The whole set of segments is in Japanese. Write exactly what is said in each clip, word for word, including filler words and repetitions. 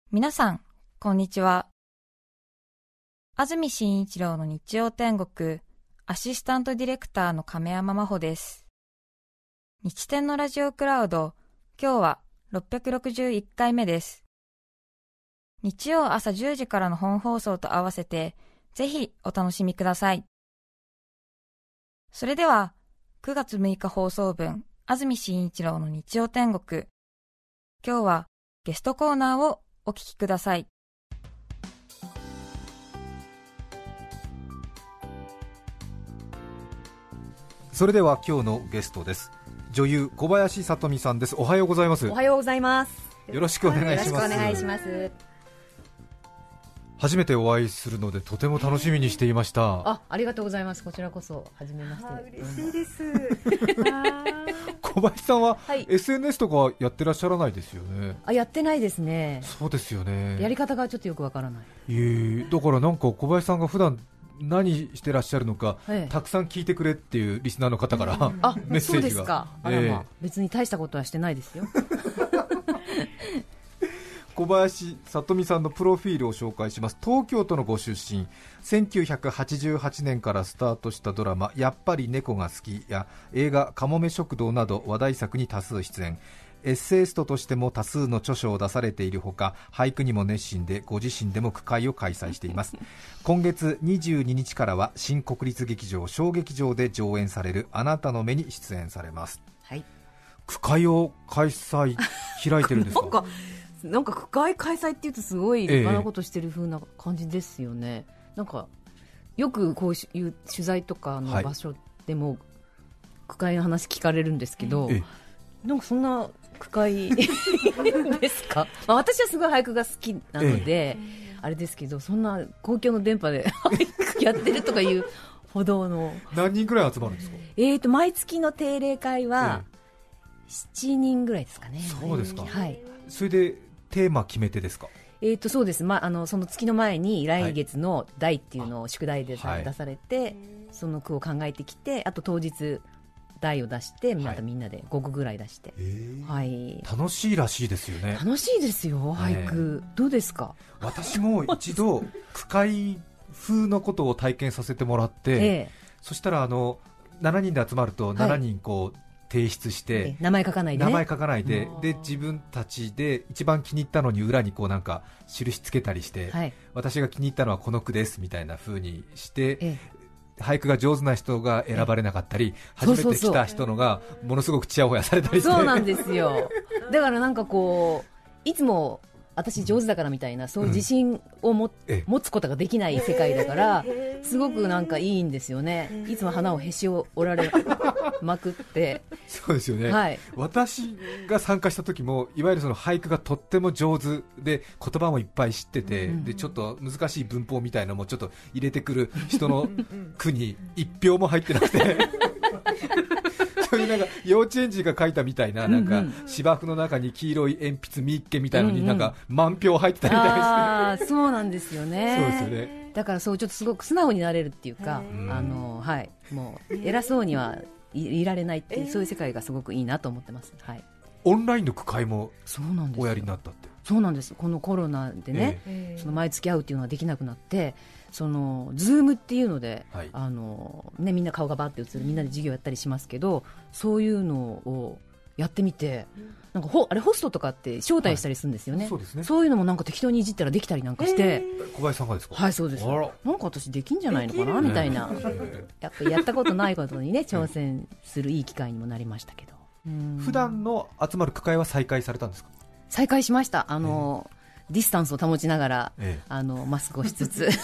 皆さん、こんにちは。安住紳一郎の日曜天国、アシスタントディレクターの亀山真帆です。日天のラジオクラウド、今日はろっぴゃくろくじゅういっかいめです。日曜朝じゅうじからの本放送と合わせて、ぜひお楽しみください。それでは、くがつむいか放送分、安住紳一郎の日曜天国。今日はゲストコーナーをお聞きください。 それでは今日のゲストです。女優小林聡美さんです。おはようございます。 おはようございます。 よろしくお願いします。 よろしくお願いします。 初めてお会いするのでとても楽しみにしていました。 あ、ありがとうございます。こちらこそ初めまして。 嬉しいです。 小林さんは エスエヌエス とかやってらっしゃらないですよね。 あ、やってないですね。 そうですよね。 やり方がちょっとよくわからない。 いえ、だからなんか小林さんが普段何してらっしゃるのか、ええ、たくさん聞いてくれっていうリスナーの方から、うん、あメッセージが。そうですか。 あら、まあ、ええ、別に大したことはしてないですよ。 小林聡美さんのプロフィールを紹介します。東京都のご出身、せんきゅうひゃくはちじゅうはちねんからスタートしたドラマやっぱり猫が好きや映画かもめ食堂など話題作に多数出演。エッセイストとしても多数の著書を出されているほか、俳句にも熱心でご自身でも句会を開催しています。今月にじゅうににちからは新国立劇場小劇場で上演されるあなたの目に出演されます。 はい、 句会を開催開いてるんですか？ なんかなんか区会開催っていうとすごい立派なことしてる風な感じですよね。ええ、なんかよくこういう取材とかの場所でも区会の話聞かれるんですけど、ええ、なんかそんな区会ですか？まあ、私はすごい俳句が好きなので、ええ、あれですけど、そんな公共の電波で俳句やってるとかいうほどの。 何人くらい集まるんですか？ えーと毎月の定例会はしちにんぐらいですかね。 そうですか。 はい。 それでテーマ決めてですか？ えーとそうです、まあ、あのその月の前に来月の題っていうのを宿題でさ、はい、出されて、その句を考えてきて、あと当日題を出してまたみんなでごこぐらい出して、はい、 楽しいらしいですよね。 楽しいですよ俳句、ね、どうですか？ 私も一度句会風のことを体験させてもらって、ええ、そしたらあのしちにんで集まるとしちにんこう、はい、提出して名前書かないで、ね、 名前書かないで、で自分たちで一番気に入ったのに裏にこうなんか印つけたりして、はい、私が気に入ったのはこの句ですみたいな風にして、ええ、俳句が上手な人が選ばれなかったり、初めて来た人のがものすごくちやほやされたりして。 そうなんですよ。だからなんかこういつも私上手だからみたいな、そういう自信をも、うん、持つことができない世界だから、すごくなんかいいんですよね。いつも花をへし折られまくってそうですよね、はい、私が参加した時もいわゆるその俳句がとっても上手で言葉もいっぱい知ってて、うん、でちょっと難しい文法みたいなのもちょっと入れてくる人の句に一票も入ってなくてそういうなんか幼稚園児が書いたみたいな、なんか芝生の中に黄色い鉛筆みっけみたいなのになんか満票入ってたみたいですね。 あ、そうなんですよね。 そうですよね。 だからそうちょっとすごく素直になれるっていうか、あの、はい、もう偉そうにはいられないっていう、そういう世界がすごくいいなと思ってます、はい。 オンラインの句会もおやりになったって。 そうなんです。このコロナでね、えー、その毎月会うっていうのができなくなって、そのズームっていうので、はい、あのね、みんな顔がバーって映る、みんなで授業やったりしますけど、そういうのをやってみて、なんかほあれホストとかって招待したりするんですよね、はい、そうですね。そういうのもなんか適当にいじったらできたりなんかして、 えー、小林さんがですか？ はい、そうです。なんか私できんじゃないのかなみたいな、やっぱやったことないことにね挑戦するいい機会にもなりましたけど。 普段の集まる句会は再開されたんですか？ 再開しました。あの、えー、ディスタンスを保ちながら、えー、あのマスクをしつつ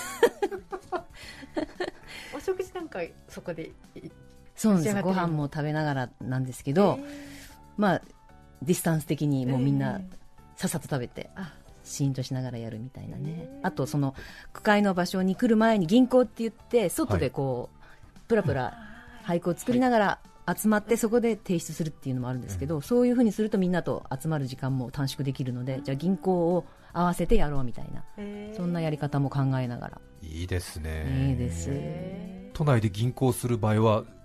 お食事なんかそこでそうなんです。ご飯も食べながらなんですけど、えー、まあディスタンス的にもうみんなさっさと食べて、えー、シーンとしながらやるみたいなね、えー、あとその句会の場所に来る前に銀行って言って外でこう、はい、プラプラ俳句を作りながら集まってそこで提出するっていうのもあるんですけど、うん、そういう風にするとみんなと集まる時間も短縮できるので、じゃあ銀行を合わせてやろうみたいな、そんなやり方も考えながら。 いいですね。 いいです。 都内で銀行する場合は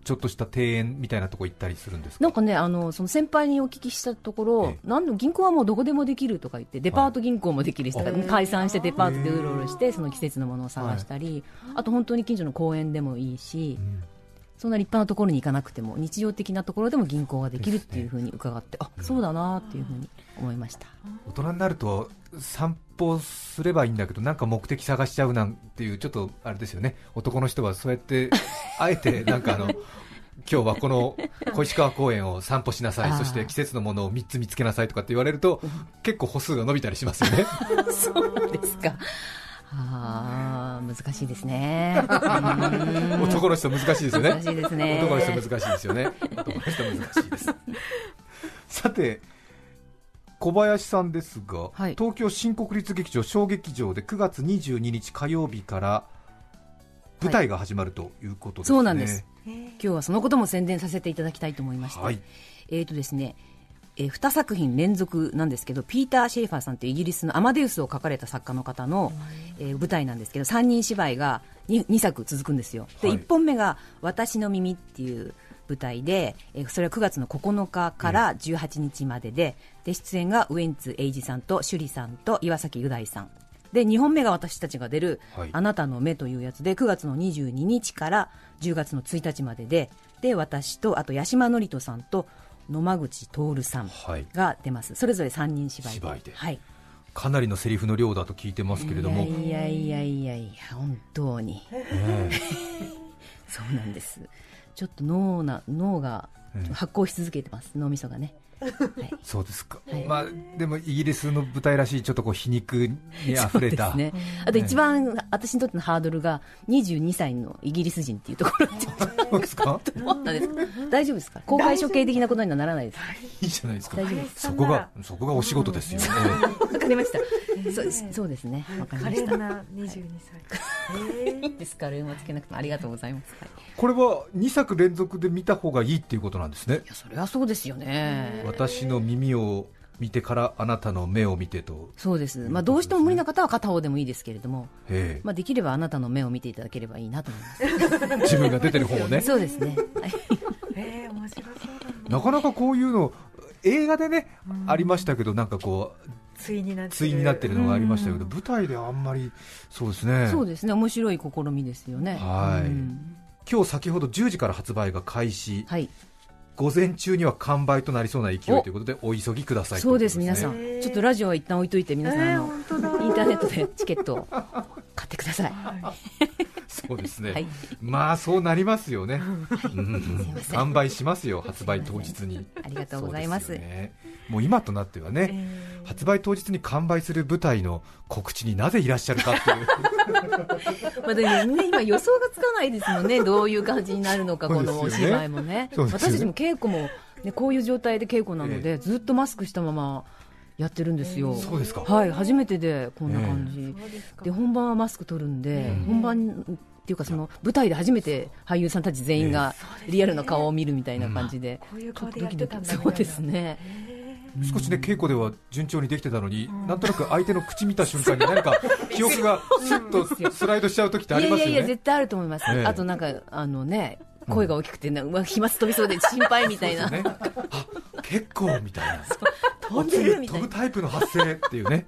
ちょっとした庭園みたいなとこ行ったりするんですか？ なんかね、あのその先輩にお聞きしたところ、 ええ、 なんで銀行はもうどこでもできるとか言って、デパート銀行もできる人が、はい、解散してデパートでうろうろしてその季節のものを探したり、はい、あと本当に近所の公園でもいいし、うん、そんな立派なところに行かなくても日常的なところでも銀行ができるっていうふうに伺って、あ、そうだなっていうふうに思いました。 大人になると散歩すればいいんだけど、なんか目的探しちゃうなんていう、ちょっとあれですよね、男の人はそうやってあえてなんかあの今日はこの小石川公園を散歩しなさい、そして季節のものをみっつ見つけなさいとかって言われると結構歩数が伸びたりしますよね。 そうなんですか。あ、難しいですね。 男の人難しいですよね。 難しいですね。 男の人難しいですよね。男の人難しいです。さて、小林さんですが、はい、東京新国立劇場小劇場でくがつにじゅうににち火曜日から舞台が始まるということですね。 そうなんです。今日はそのことも宣伝させていただきたいと思いまして、はい、えーとですね、えー、にさく品連続なんですけど、ピーター・シェーファーさんというイギリスのアマデウスを書かれた作家の方の、えー、舞台なんですけど、さんにん芝居が 2, にさく続くんですよ。で、はい、いっぽんめが私の耳っていう舞台で、えー、それはくがつのここのかからじゅうはちにちまでで、うん、で出演がウエンツ瑛士さんと趣里さんと岩崎う大さんで、にほんめが私たちが出る、はい、あなたの目というやつでくがつのにじゅうににちからじゅうがつのついたちまでで、で私とあと八島智人さんと野間口徹さんが出ます、はい、それぞれさんにん芝居 で, 芝居で、 はい、 かなりのセリフの量だと聞いてますけれども、 いやいやいやいや本当に、ね、そうなんです。ちょっと 脳, な脳が発酵し続けてます、脳みそがね。はい、 そうですか、はい、まあ、でもイギリスの舞台らしいちょっとこう皮肉にあふれた、 ね、あと一番私にとってのハードルがにじゅうにさいのイギリス人っていうところそうですかどうなんですか。大丈夫ですか。公開処刑的なことにはならないですか。 いいじゃないですか。 大丈夫です。 そこがそこがお仕事ですよね。 わかりました。そ, そうですね。わかりました。 華麗なにじゅうにさい。 いいですか。ルームをつけなくてもありがとうございます。はい、 これはにさく連続で見た方がいいっていうことなんですね。 いや、それはそうですよね。 私の耳を見てからあなたの目を見てと。 そうです、まあ、どうしても無理な方は片方でもいいですけれども、まあ、できればあなたの目を見ていただければいいなと思います。 自分が出てる方をね。 そうですね。 えー、面白そうだな。なかなかこういうの映画でね、ありましたけど、なんかこう対になってる、 対になってるのがありましたけど、舞台であんまり。そうですね。 そうですね、面白い試みですよね。 はい、今日先ほどじゅうじから発売が開始、 はい、 午前中には完売となりそうな勢いということでお急ぎください。 そうです、皆さんちょっとラジオは一旦置いといて、皆さん、えー、本当だ、インターネットでチケットを買ってください。 そうですね、 はい、 まあそうなりますよね、うん、販売しますよ、発売当日に。 ありがとうございます。 ね、もう今となってはね、えー、発売当日に完売する舞台の告知になぜいらっしゃるかっていうまあでも、ね、今予想がつかないですもんね、どういう感じになるのか、このお芝居も ね, ね私たちも稽古も、ね、こういう状態で稽古なので、えー、ずっとマスクしたままやってるんですよ。 そうですか。 はい、初めてでこんな感じ、えー、で本番はマスク取るんで、えー、本番っていうかその舞台で初めて俳優さんたち全員がリアルな顔を見るみたいな感じで、 こういう顔でやってたんだ。 そうですね。 少しね、稽古では順調にできてたのに、うん、なんとなく相手の口見た瞬間に何か記憶がスッとスライドしちゃう時ってありますよね。 いやいやいや、絶対あると思います、えー、あとなんかあのね、声が大きくて、ね、うん、飛沫飛びそうで心配みたいな、ね、 あ、結構みたいな、 飛んでるみたいな、 飛ぶタイプの発声っていうね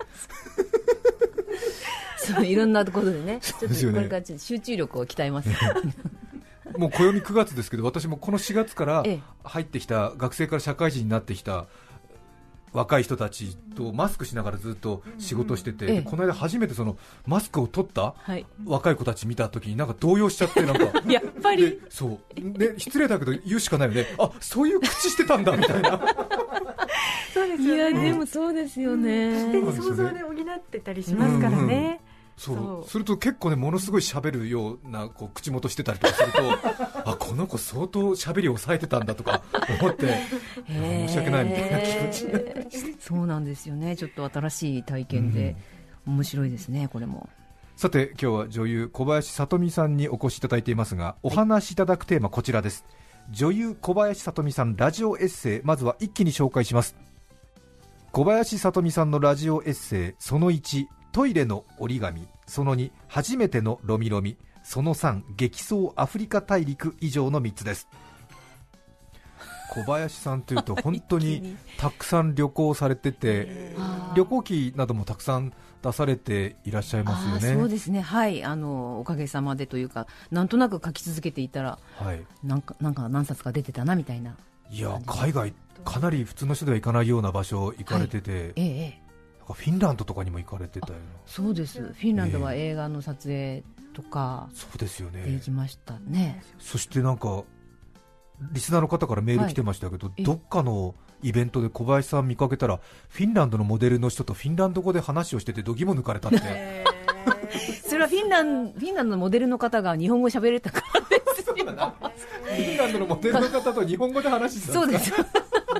そう、いろんなところでね、ちょっとこれからちょっと集中力を鍛えますもう暦くがつですけど、私もこのしがつから入ってきた、学生から社会人になってきた若い人たちとマスクしながらずっと仕事してて、うんうん、この間初めてそのマスクを取った若い子たち見たときになんか動揺しちゃって、なんかやっぱりそうで、失礼だけど言うしかないよね、あ、そういう口してたんだみたいなそうですよね。 いや、でもそうですよね、 勝手に想像で補ってたりしますからね、うんうん、 そうそうすると結構ね、ものすごい喋るようなこう口元してたりとかするとあ、この子相当喋りを抑えてたんだとか思って申し訳ないみたいな気持ちになってそうなんですよね、ちょっと新しい体験で、うん、面白いですね、これも。 さて、今日は女優小林聡美さんにお越しいただいていますが、お話しいただくテーマこちらです。女優小林聡美さんラジオエッセイ、まずは一気に紹介します。小林聡美さんのラジオエッセイ、そのいち、トイレの折り紙、そのに、初めてのロミロミ、そのさん、激走アフリカ大陸以上のみっつです。 小林さんというと本当にたくさん旅行されてて旅行記などもたくさん出されていらっしゃいますよね。 そうですね、はい、あのおかげさまでというかなんとなく書き続けていたら、はい、なんか、なんか何冊か出てたなみたいな。 いや海外かなり普通の人では行かないような場所行かれてて、はい、ええ、なんかフィンランドとかにも行かれてたような。 そうです、フィンランドは映画の撮影とか、 えー、そうですよね、 で行きましたね。 そしてなんかリスナーの方からメール来てましたけど、はい、どっかのイベントで小林さん見かけたらフィンランドのモデルの人とフィンランド語で話をしてて度肝抜かれたって。 それはフィンランド、フィンランドのモデルの方が日本語喋れたからですよ。 フィンランドのモデルの方と日本語で話してたんですか。 そうです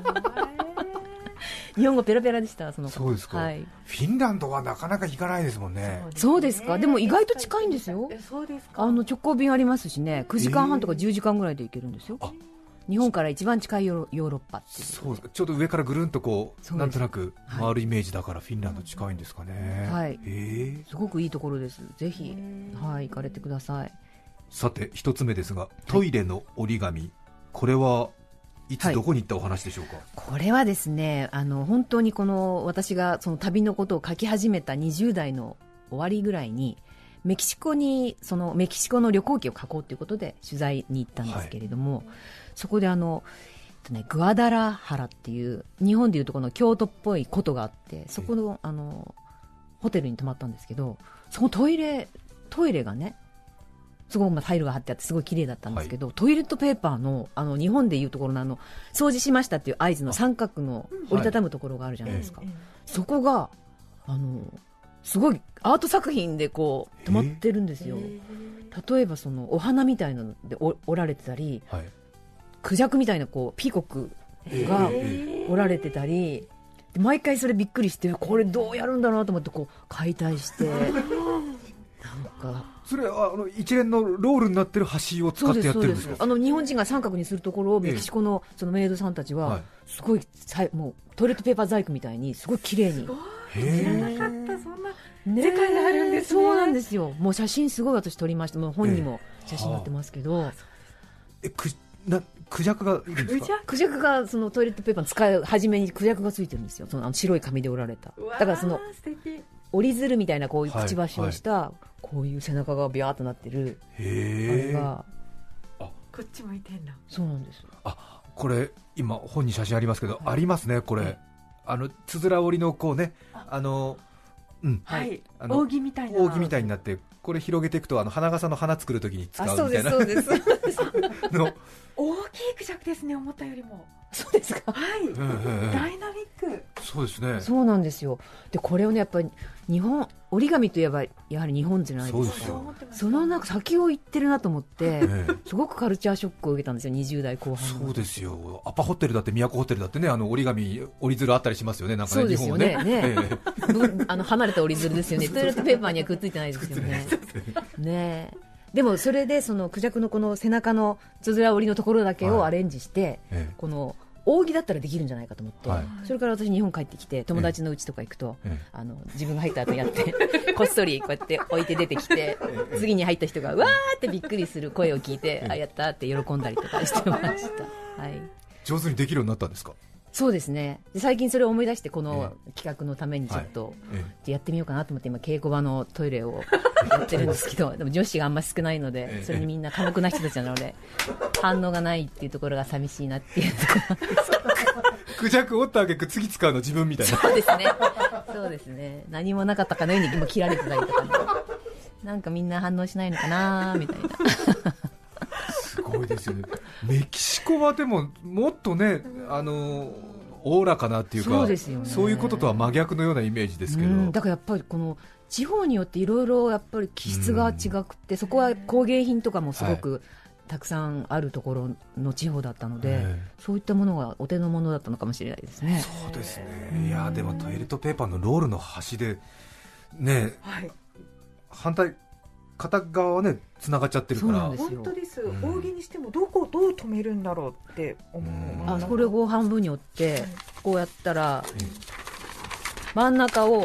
日本語ペラペラでした。そのそうですか、 はい、 フィンランドはなかなか行かないですもんね。 そうですか。でも意外と近いんですよ。 えそうですか。 あの直行便ありますしね、くじかんはんとかじゅうじかんぐらいで行けるんですよ、えー、日本から一番近いヨーロッパっていう。 そうですか。ちょうど上からぐるんとこうなんとなく回るイメージだからフィンランド近いんですかね。 はい、 えー、 すごくいいところです。ぜひ、はい、行かれてください。 さて一つ目ですが、トイレの折り紙、はい、これはいつどこに行ったお話でしょうか。はい、 これはですね、あの本当にこの私がその旅のことを書き始めたにじゅう代の終わりぐらいにメキシコにそのメキシコの旅行記を書こうということで取材に行ったんですけれども、はい、そこであの、えっとね、グアダラハラっていう日本でいうとこの京都っぽい古都があって、そこの、あのホテルに泊まったんですけど、そのトイレトイレがねすごくタイルが張ってあってすごい綺麗だったんですけど、はい、トイレットペーパー の, あの日本でいうところのあの掃除しましたっていう合図の三角の折りたたむところがあるじゃないですか、はい、そこがあのすごいアート作品でこう止まってるんですよ。例えばそのお花みたいなので折られてたり、はい、クジャクみたいなこうピーコックが折られてたり、で毎回それびっくりして、これどうやるんだろうなと思ってこう解体してなんかそれはあの一連のロールになってる橋を使ってやってるんですか。 あの日本人が三角にするところをメキシコ の, そのメイドさんたちはすごいもうトイレットペーパー細工みたいにすごい綺麗に。 知らなかった。そんな世界があるんですね。 そうなんですよ。もう写真すごい私撮りました。もう本にも写真載ってますけど、 えー、くなクジャクがいるんですか。 クジャクがそのトイレットペーパーの使う初めにクジャクがついてるんですよ。そのあの白い紙で折られた。だからその折り鶴みたいなこういうくちばしをした、はいはい、こういう背中がビャーっとなってるあれが、 あこっち向いてんだ。 そうなんです。 あこれ今本に写真ありますけど、はい、ありますねこれ、はい、あのつづら折りのこうね、あのうんはい、あの扇みたいな扇みたいになって、これ広げていくとあの花笠の花作るときに使うみたいな。 そうですそうですの大きいクジャクですね、思ったよりも。 そうですか。 はい、うんうんうん、ダイナミック。 そうですね。 そうなんですよ。でこれをねやっぱり日本折り紙といえばやはり日本じゃないですか。そうですよ。そのなんか先を行ってるなと思って、ええ、すごくカルチャーショックを受けたんですよ。にじゅう代後半の。 そうですよ。アパホテルだって都ホテルだってね、あの折り紙折り鶴あったりしますよね。なんかね、 そうですよね。 日本ね、 ねええ、あの離れた折り鶴ですよね。トイレットペーパーにはくっついてないですよね。ねえ。でもそれでそのクジャクのこの背中のつづら折りのところだけをアレンジして、はい、ええ、この扇だったらできるんじゃないかと思って、はい、それから私日本帰ってきて友達の家とか行くと、ええ、あの自分が入った後やってこっそりこうやって置いて出てきて、え、次に入った人がわーってびっくりする声を聞いて、あやったって喜んだりとかしてました、はい、 上手にできるようになったんですか。 そうですね。で最近それを思い出してこの企画のためにちょっとやってみようかなと思って今稽古場のトイレをやってるんですけどでも女子があんまり少ないのでそれにみんな寡黙な人たちなので反応がないっていうところが寂しいなっていうところなんですけどクジャク折ったあげく次使うの自分みたいな。 そうですね。そうですね。何もなかったかのようにも切られてたりとか、ね、なんかみんな反応しないのかなみたいな。 すごいですよね。メキシコはでももっとね、あのおおらかなっていうか、 そうですよね、そういうこととは真逆のようなイメージですけど、うん、 だからやっぱりこの地方によっていろいろやっぱり気質が違くて、うん、そこは工芸品とかもすごく、はい、たくさんあるところの地方だったので、そういったものがお手の物だったのかもしれないですね。 そうですね。いやでもトイレットペーパーのロールの端でね、はい、反対片側はねつながっちゃってるから。 本当です、うん、扇にしてもどこをどう止めるんだろうって思う、うん、 あこれを半分に折ってこうやったら、うん、真ん中を、うん、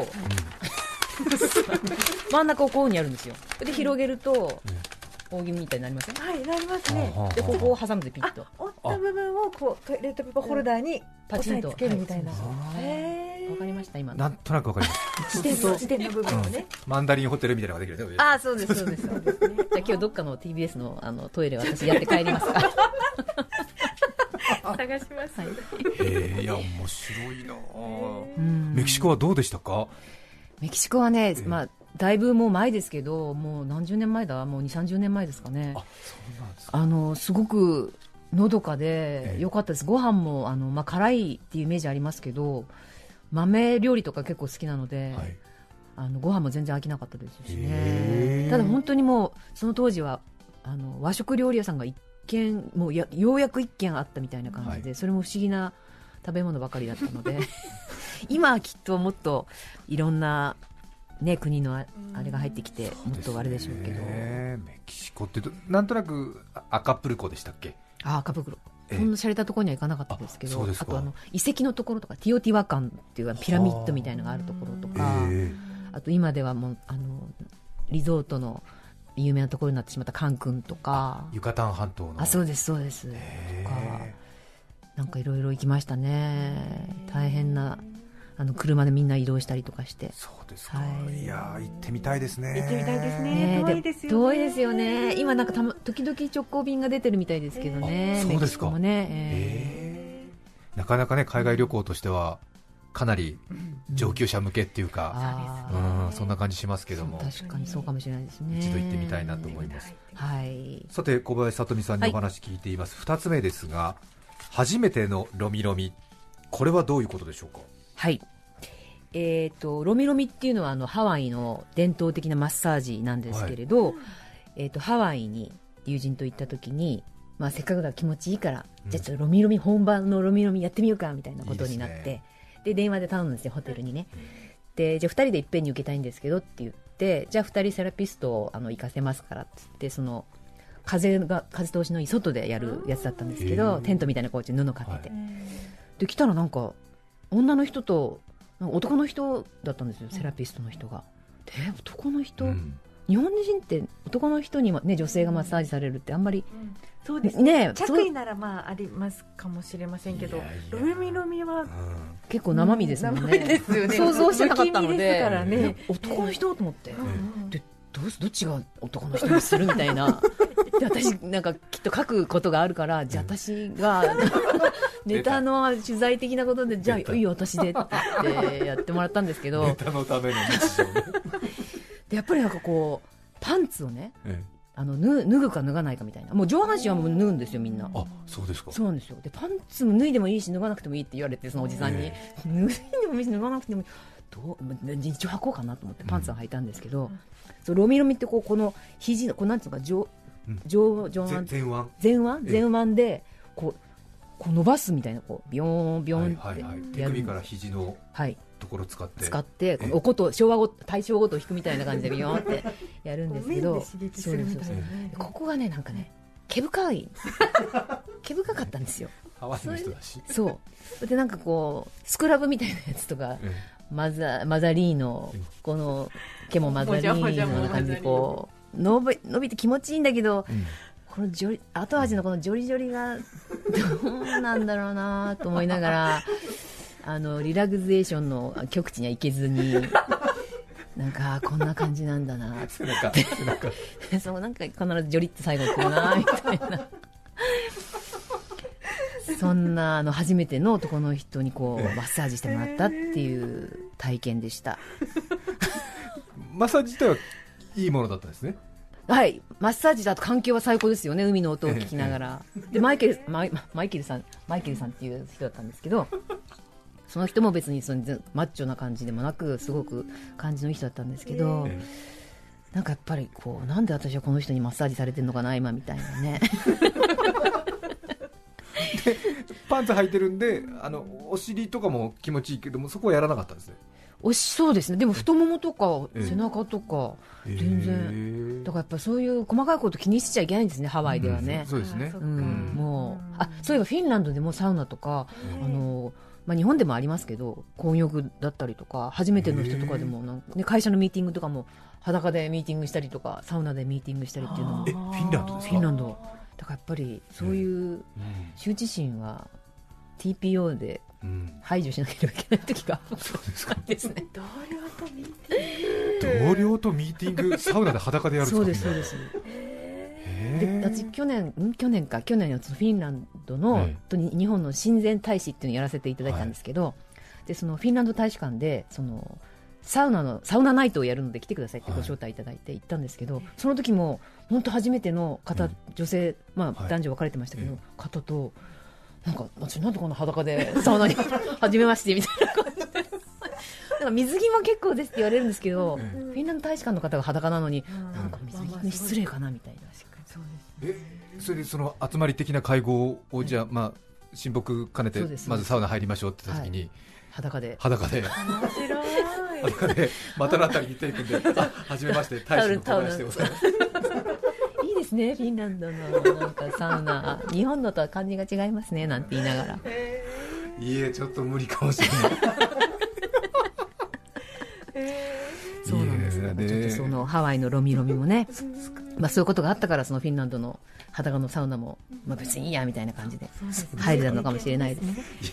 真ん中をこういう風にやるんですよ。で広げると、うん扇みたいになりますね。 はい、なりますね。 でここを挟むでピッと。 おった部分をこうトイレットペーパーホルダーにパチンと押さえつけるみたいな、 はい、 へー、 わかりました今の。 なんとなくわかります地点の地点の部分をね、 うん、マンダリンホテルみたいなのができるね。 ああ、そうですそうですそうですね。じゃあ今日どっかの ティービーエス のあのトイレ私やって帰りますか。 探します、 はい、 えー、いや面白いな。メキシコはどうでしたか？ メキシコはね、 えー、 まあだいぶもう前ですけど、もう何十年前だ、もうにじゅう、さんじゅうねんまえですかね。 あ、そうなんですか。 あのすごくのどかで良かったです。ご飯もあの、まあ、辛いっていうイメージありますけど、豆料理とか結構好きなので、はい、あのご飯も全然飽きなかったですしね。ただ本当にもうその当時はあの和食料理屋さんが一軒もうやようやく一軒あったみたいな感じで、はい、それも不思議な食べ物ばかりだったので今はきっともっといろんなね、国の あ, あれが入ってきてもっとあれでしょうけど、 メキシコってなんとなくアカプルコでしたっけ？あ、 アカプルコ、そんな洒落たところには行かなかったですけど、 あ, あとあの遺跡のところとかティオティワカンっていうピラミッドみたいなのがあるところとか、あと今ではもうあのリゾートの有名なところになってしまったカンクンとか、 ユカタン半島の、 あ、そうですそうですとか、なんかいろいろ行きましたね。大変なあの車でみんな移動したりとかして。 そうですか、はい、いや行ってみたいですね。 行ってみたいですね。遠いですよね。 遠いですよね。今なんかた、ま、時々直行便が出てるみたいですけどね、 そうですか、 メキシコもね、えー、なかなかね海外旅行としてはかなり上級者向けっていうか、うん、うん、そんな感じしますけども、 確かにそうかもしれないですね。 一度行ってみたいなと思います、 はい、 さて小林さとみさんにお話聞いています、はい、ふたつめですが、初めてのロミロミ、これはどういうことでしょうか？ はい、えー、とロミロミっていうのはあのハワイの伝統的なマッサージなんですけれど、はい、えー、とハワイに友人と行った時に、まあ、せっかくだから気持ちいいから、うん、じゃあちょっとロミロミ、本場のロミロミやってみようかみたいなことになって、いいですね。で電話で頼むんですよ、ホテルにね、うん、でじゃあふたりでいっぺんに受けたいんですけどって言って、じゃあふたりセラピストをあの行かせますからって言って、その風が風通しのいい外でやるやつだったんですけど、テントみたいなこう布かけて、はい、で来たらなんか女の人と男の人だったんですよ、セラピストの人が。で男の人、うん、日本人って男の人に、ね、女性がマッサージされるってあんまり、うん、 そうです ね, ね着衣ならまあありますかもしれませんけど、いやいやロミロミは、うん、 結構生身ですもんね、 ですよね。 想像してなかったの で, ですから、ね、 男の人と思って、うん、で ど, うどっちが男の人にするみたいなで私なんかきっと書くことがあるから、じゃあ私がネタの取材的なことで、じゃあいいよ私でって言ってやってもらったんですけど、 ネタのための日常ねでやっぱりなんかこうパンツをね、ええ、あの脱ぐか脱がないかみたいな、もう上半身はもう脱ぐんですよみんな。 あ、そうですか。 そうなんですよ。でパンツも脱いでもいいし脱がなくてもいいって言われて、そのおじさんに、ええ、脱いでもいいし脱がなくてもいい、どう一応履こうかなと思ってパンツは履いたんですけど、うん、そうロミロミってこうこの肘のこうなんていうか上上上腕前腕前腕でこうこう伸ばすみたいな、こうビヨーンビヨーンってやる、はいはいはい、手首から肘のところ使って、はい、 使ってこのおこと昭和ご大正ごとを引くみたいな感じでビヨーンってやるんですけどここがねなんかね毛深い毛深かったんですよ。 ハワイの人だし。 そうでなんかこうスクラブみたいなやつとか、ええ、マザマザリーノ、この毛もマザリーノの感じでこう伸び、伸びて気持ちいいんだけど、うん、このジョリ後味のこのジョリジョリがどうなんだろうなと思いながらあのリラクゼーションの極地には行けずになんかこんな感じなんだなってなんかそうなんか必ずジョリって最後来るなみたいなそんなあの初めての男の人にこうマッサージしてもらったっていう体験でした。 マッサージ自体はいいものだったんですね。 はい、マッサージだと環境は最高ですよね、海の音を聞きながら、ええ、でマイケルマイ、マイケルさんマイケルさんっていう人だったんですけど、その人も別にそのマッチョな感じでもなくすごく感じのいい人だったんですけど、ええ、なんかやっぱりこうなんで私はこの人にマッサージされてるのかな今みたいなねでパンツ履いてるんであのお尻とかも気持ちいいけどもそこはやらなかったんですね。 おしそうですね。でも太ももとか背中とか全然、えー、だからやっぱそういう細かいこと気にしちゃいけないんですね、ハワイではね、 うん、そうですね、 うん、もうあそういえばフィンランドでもサウナとか、あの、まあ、日本でもありますけど混浴だったりとか初めての人とかでもなんか、ね、会社のミーティングとかも裸でミーティングしたりとかサウナでミーティングしたりっていうのも。 えフィンランドですか。 フィンランドだからやっぱりそういう羞恥心は ティーピーオー で排除しなければいけない時があるんですね。 同僚とミーティング同僚とミーティングサウナで裸でやるんですか？ そうですそうです。で私去年ん去年か去年のフィンランドの、はい、と日本の親善大使っていうのをやらせていただいたんですけど、はい、でそのフィンランド大使館でそのサウナのサウナナイトをやるので来てくださいってご招待いただいて行ったんですけど、はい、その時も本当初めての方、うん、女性、まあ、男女分かれてましたけど、はい、方となんか私なんでこんな裸でサウナに初めましてみたいな感じでなんか水着も結構ですって言われるんですけど、うん、フィンランド大使館の方が裸なのに、うん、なんか水着に失礼かなみたいな。 そうです。えそれでその集まり的な会合をじゃあ、まあ、親睦兼ねてまずサウナ入りましょうって言った時に、はい、 裸で裸で面白い裸で股のあたりに手組んであはじめまして大使の小林でございますいいですねフィンランドのなんかサウナ日本のとは感じが違いますねなんて言いながらいえちょっと無理かもしれないそうなんですね。ちょっとそのハワイのロミロミもね、まあ、そういうことがあったからそのフィンランドの裸のサウナも、まあ、別にいいやみたいな感じで入れたのかもしれないです。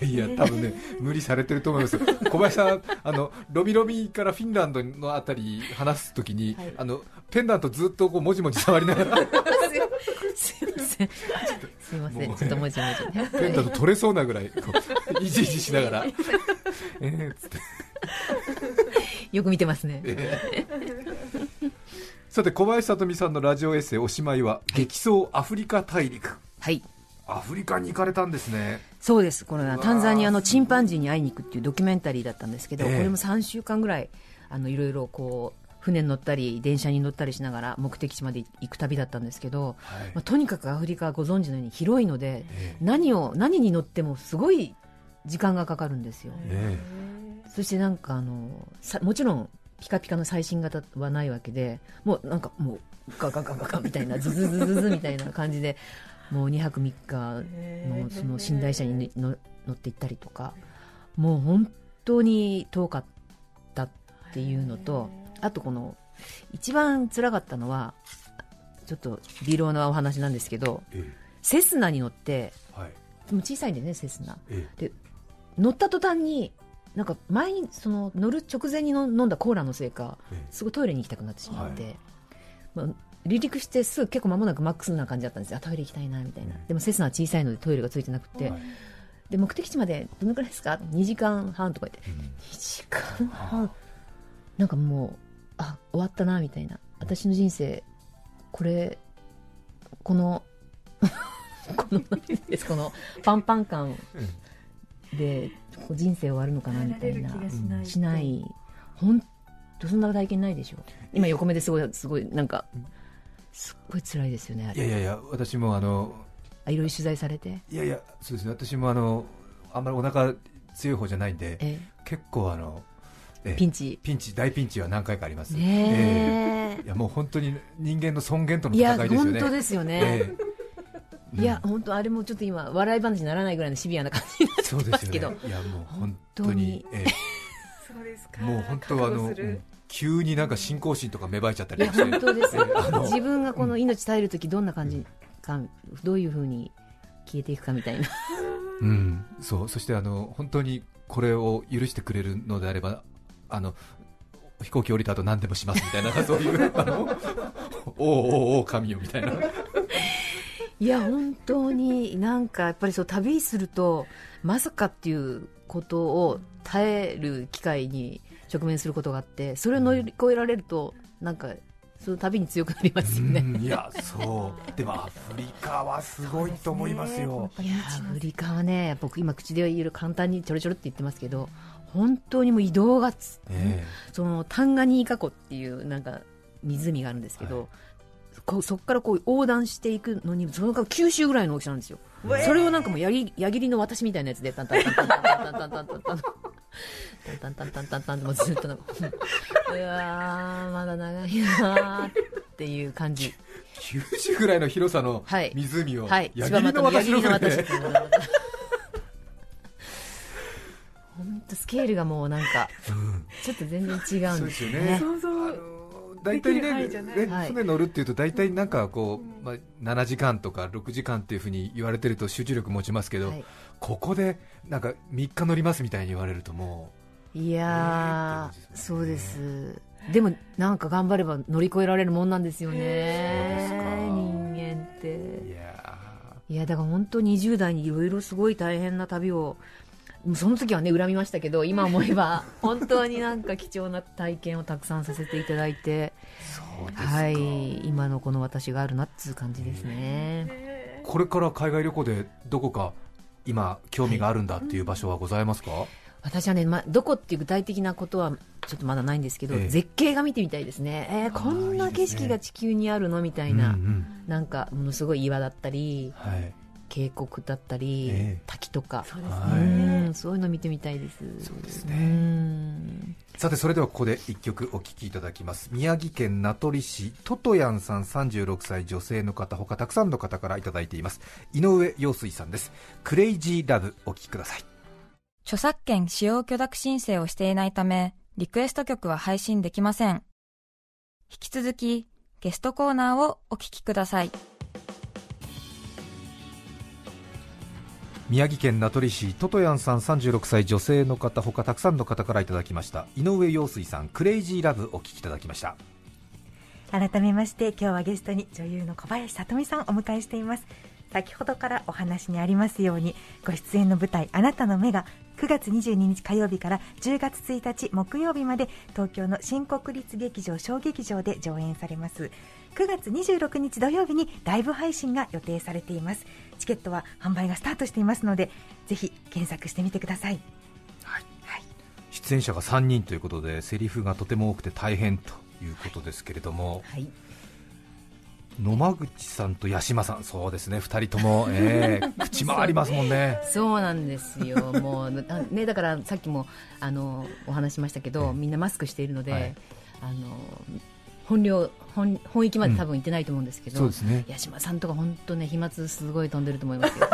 いやいや多分ね無理されてると思います。小林さんあのロミロミからフィンランドのあたり話すときに、はい、あのペンダントずっとこうもじもじ触りながらすいませんすいませんちょっともじもじ、ね、 ペンダント取れそうなぐらいこういじいじしながらえーっつってよく見てますね、 えー、さて小林聡美さんのラジオエッセイおしまいは激走アフリカ大陸。 はい、 アフリカに行かれたんですね。 そうです。これはタンザニアのチンパンジーに会いに行くっていうドキュメンタリーだったんですけど、えー、これもさんしゅうかんぐらいあのいろいろこう船に乗ったり電車に乗ったりしながら目的地まで行く旅だったんですけど、はい、まあ、とにかくアフリカはご存知のように広いので、えー、何を何に乗ってもすごい時間がかかるんですよ、えー、そしてなんかあのさもちろんピカピカの最新型はないわけでもうなんかもうガガガガガみたいなズズズズズみたいな感じでもうにはくみっかのその寝台車に乗って行ったりとかもう本当に遠かったっていうのと、あとこの一番辛かったのはちょっと微量なお話なんですけど、ええ、セスナに乗って、はい、も小さいんでねセスナ、ええ、で乗った途端になんか前にその乗る直前に飲んだコーラのせいか、ええ、すごいトイレに行きたくなってしまって、はい、まあ、離陸してすぐ結構間もなくマックスな感じだったんですよ。あトイレ行きたいなみたいな、うん、でもセスナは小さいのでトイレがついてなくて、はい、で目的地までどのくらいですかにじかんはんとか言って、うん、にじかんはんなんかもうあ終わったなみたいな、私の人生これこのこの何ですこのパンパン感で人生終わるのかなみたいな、しない、しない本当そんな体験ないでしょ。今横目ですごいすごいなんかすっごい辛いですよねあれ。 いやいやいや私もあのあいろいろ取材されて、 いやいやそうですね、私もあのあんまりお腹強い方じゃないんで、え結構あのえピンチピンチ大ピンチは何回かありますね、 えー、いやもう本当に人間の尊厳との戦いですよね。 いや本当ですよね、えー、いや本当あれもちょっと今笑い話にならないぐらいのシビアな感じになってますけど、 そうですよね、いやもう本当に、えー、 そうですか。 もう本当はあの、うん、急になんか信仰心とか芽生えちゃったりして、 いや本当です、えー、自分がこの命絶えるときどんな感じか、うん、どういう風に消えていくかみたいな、 うん、そうそしてあの本当にこれを許してくれるのであればあの飛行機降りた後何でもしますみたいなそういうあのおおおお神よみたいな。 いや本当になんかやっぱりそう旅するとまさかっていうことを耐える機会に直面することがあって、それを乗り越えられるとなんかその旅に強くなりますよね。 うん、いやそうでもアフリカはすごいと思いますよ。 いやアフリカはね僕今口で言う簡単にちょろちょろって言ってますけど本当にもう移動がつ、えー、そのタンガニーカ湖っていうなんか湖があるんですけど、はい、こそこからこう横断していくのにその間きゅう周ぐらいの大きさなんですよ。それをなんかもうやぎ矢切の私みたいなやつでタンタンタンタンタンタンタンタンタンタンタンタンタンタンタンタンタンってもうずっとなんかうわーまだ長いなーっていう感じ。 きゅうじゅうぐらいの広さの湖を、はい、 矢切の私の船で本当スケールがもうなんか、うん、ちょっと全然違うんですよね。 そうですよね。想像大体ね、 できる範囲じゃないね、 はい船乗るっていうと大体なんかこう、まあ、ななじかんとかろくじかんっていうふうに言われてると集中力持ちますけど、 はい、 ここでなんかみっか乗りますみたいに言われるともいやー、 えーって感じですねそうです。でもなんか頑張れば乗り越えられるもんなんですよね、 そうですか人間っう、 て。 いやいやだから本当にじゅう代にいろいろすごい大変な旅を、その時はね恨みましたけど、今思えば本当になんか貴重な体験をたくさんさせていただいて、 そうですか、 はい、今のこの私があるなっていう感じですね。 これから海外旅行でどこか今興味があるんだっていう場所はございますか？ 私はね、ま、どこっていう具体的なことはちょっとまだないんですけど、 ええ絶景が見てみたいですね。えー、こんな景色が地球にあるのみたいな、 うんうん、 なんかものすごい岩だったりはい渓谷だったり、 ええ滝とか、 そうですはいね。 うんそういうの見てみたいです。 そうですうね。 んさてそれではここでいっきょくお聴きいただきます。宮城県名取市トトヤンさん、さんじゅうろくさい女性の方、他たくさんの方からいただいています。井上陽水さんです。クレイジーラブ、お聴きください。 著作権使用許諾申請をしていないため、リクエスト曲は配信できません。引き続きゲストコーナーをお聞きください。 宮城県名取市トトヤンさん、さんじゅうろくさい女性の方、他たくさんの方からいただきました。井上陽水さん、クレイジーラブ、お聴きいただきました。 改めまして今日はゲストに女優の小林聡美さんをお迎えしています。先ほどからお話にありますように、ご出演の舞台あなたの目がくがつにじゅうににち火曜日からじゅうがつついたち木曜日まで東京の新国立劇場小劇場で上演されます。くがつにじゅうろくにち土曜日にライブ配信が予定されています。チケットは販売がスタートしていますので、ぜひ検索してみてください。 はいはい、出演者がさんにんということでセリフがとても多くて大変ということですけれども、 はい、 野間口さんと八島さん、そうですね、ふたりとも、えー、口回りますもんね。 そうなんですよ。もうね、だからさっきもあのお話しましたけど、みんなマスクしているので、はい、あの本領 本, 本域まで多分行ってないと思うんですけど、 うん、そうですね、 八島さんとか本当ね、飛沫すごい飛んでると思いますよ。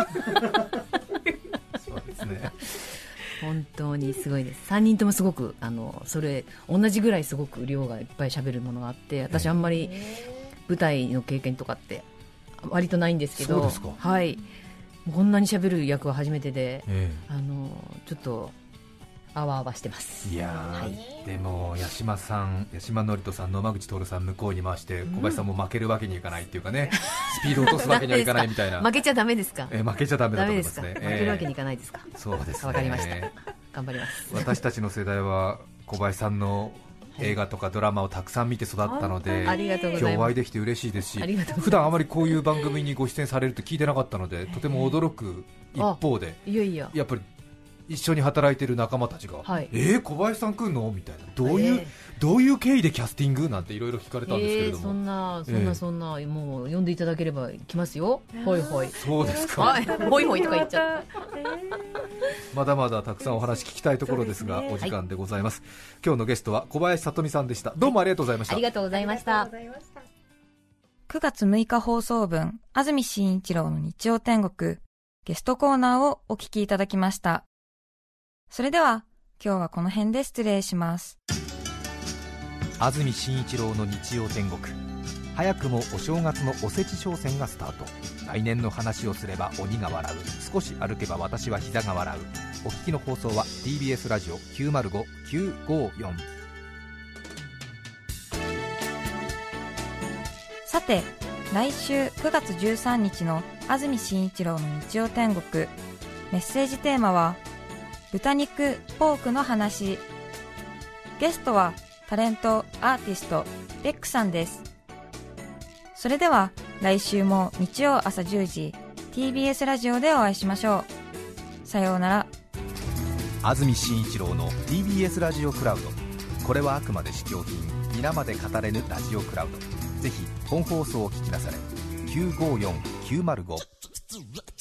そうですね、 本当にすごいです。さんにんともすごくあのそれ同じぐらいすごく量がいっぱい喋るものがあって、私あんまり舞台の経験とかって割とないんですけど、 そうですか、 はい、こんなに喋る役は初めてで、 えー、あのちょっとあわあわしてます。 いや、 はい、 でも八島さん、八島智人さん、野間口徹さん向こうに回して小林さんも負けるわけにいかないっていうかね、スピード落とすわけにはいかないみたいな。 負けちゃダメですか？ えー、負けちゃダメだと思いますね。 ダメですか？負けるわけにいかないですか？ えー、そうですね、 わかりました。頑張ります。 私たちの世代は小林さんの映画とかドラマをたくさん見て育ったので、 ありがとうございます。 今日お会いできて嬉しいですし、普段あまりこういう番組にご出演されると聞いてなかったので、とても驚く一方で、 いやいや、 やっぱり一緒に働いている仲間たちが、はい、えー、小林さん来んのみたいな、どういう、えー、どういう経緯でキャスティングなんていろいろ聞かれたんですけれども、 えー、そんなそんなそんな、えー、もう呼んでいただければ来ますよ。ほいほい。 そうですか、 はい、ほいほいとか言っちゃった。えー、 まだまだたくさんお話聞きたいところですが、お時間でございます、はい、今日のゲストは小林聡美さんでした。どうもありがとうございました。 ありがとうございました。 くがつむいか放送分、安住紳一郎の日曜天国、ゲストコーナーをお聞きいただきました。それでは今日はこの辺で失礼します。 安住紳一郎の日曜天国、早くもお正月のおせち商戦がスタート。来年の話をすれば鬼が笑う、少し歩けば私は膝が笑う。お聞きの放送は ティービーエス ラジオ きゅうまるご きゅうごよん。 さて、来週くがつじゅうさんにちの安住紳一郎の日曜天国、メッセージテーマは豚肉ポークの話。ゲストはタレントアーティストベックさんです。それでは来週も日曜朝じゅうじ ティービーエス ラジオでお会いしましょう。さようなら。 安住紳一郎の ティービーエス ラジオクラウド、これはあくまで試供品、皆まで語れぬラジオクラウド。ぜひ本放送を聞きなされ。きゅうごよん きゅうまるご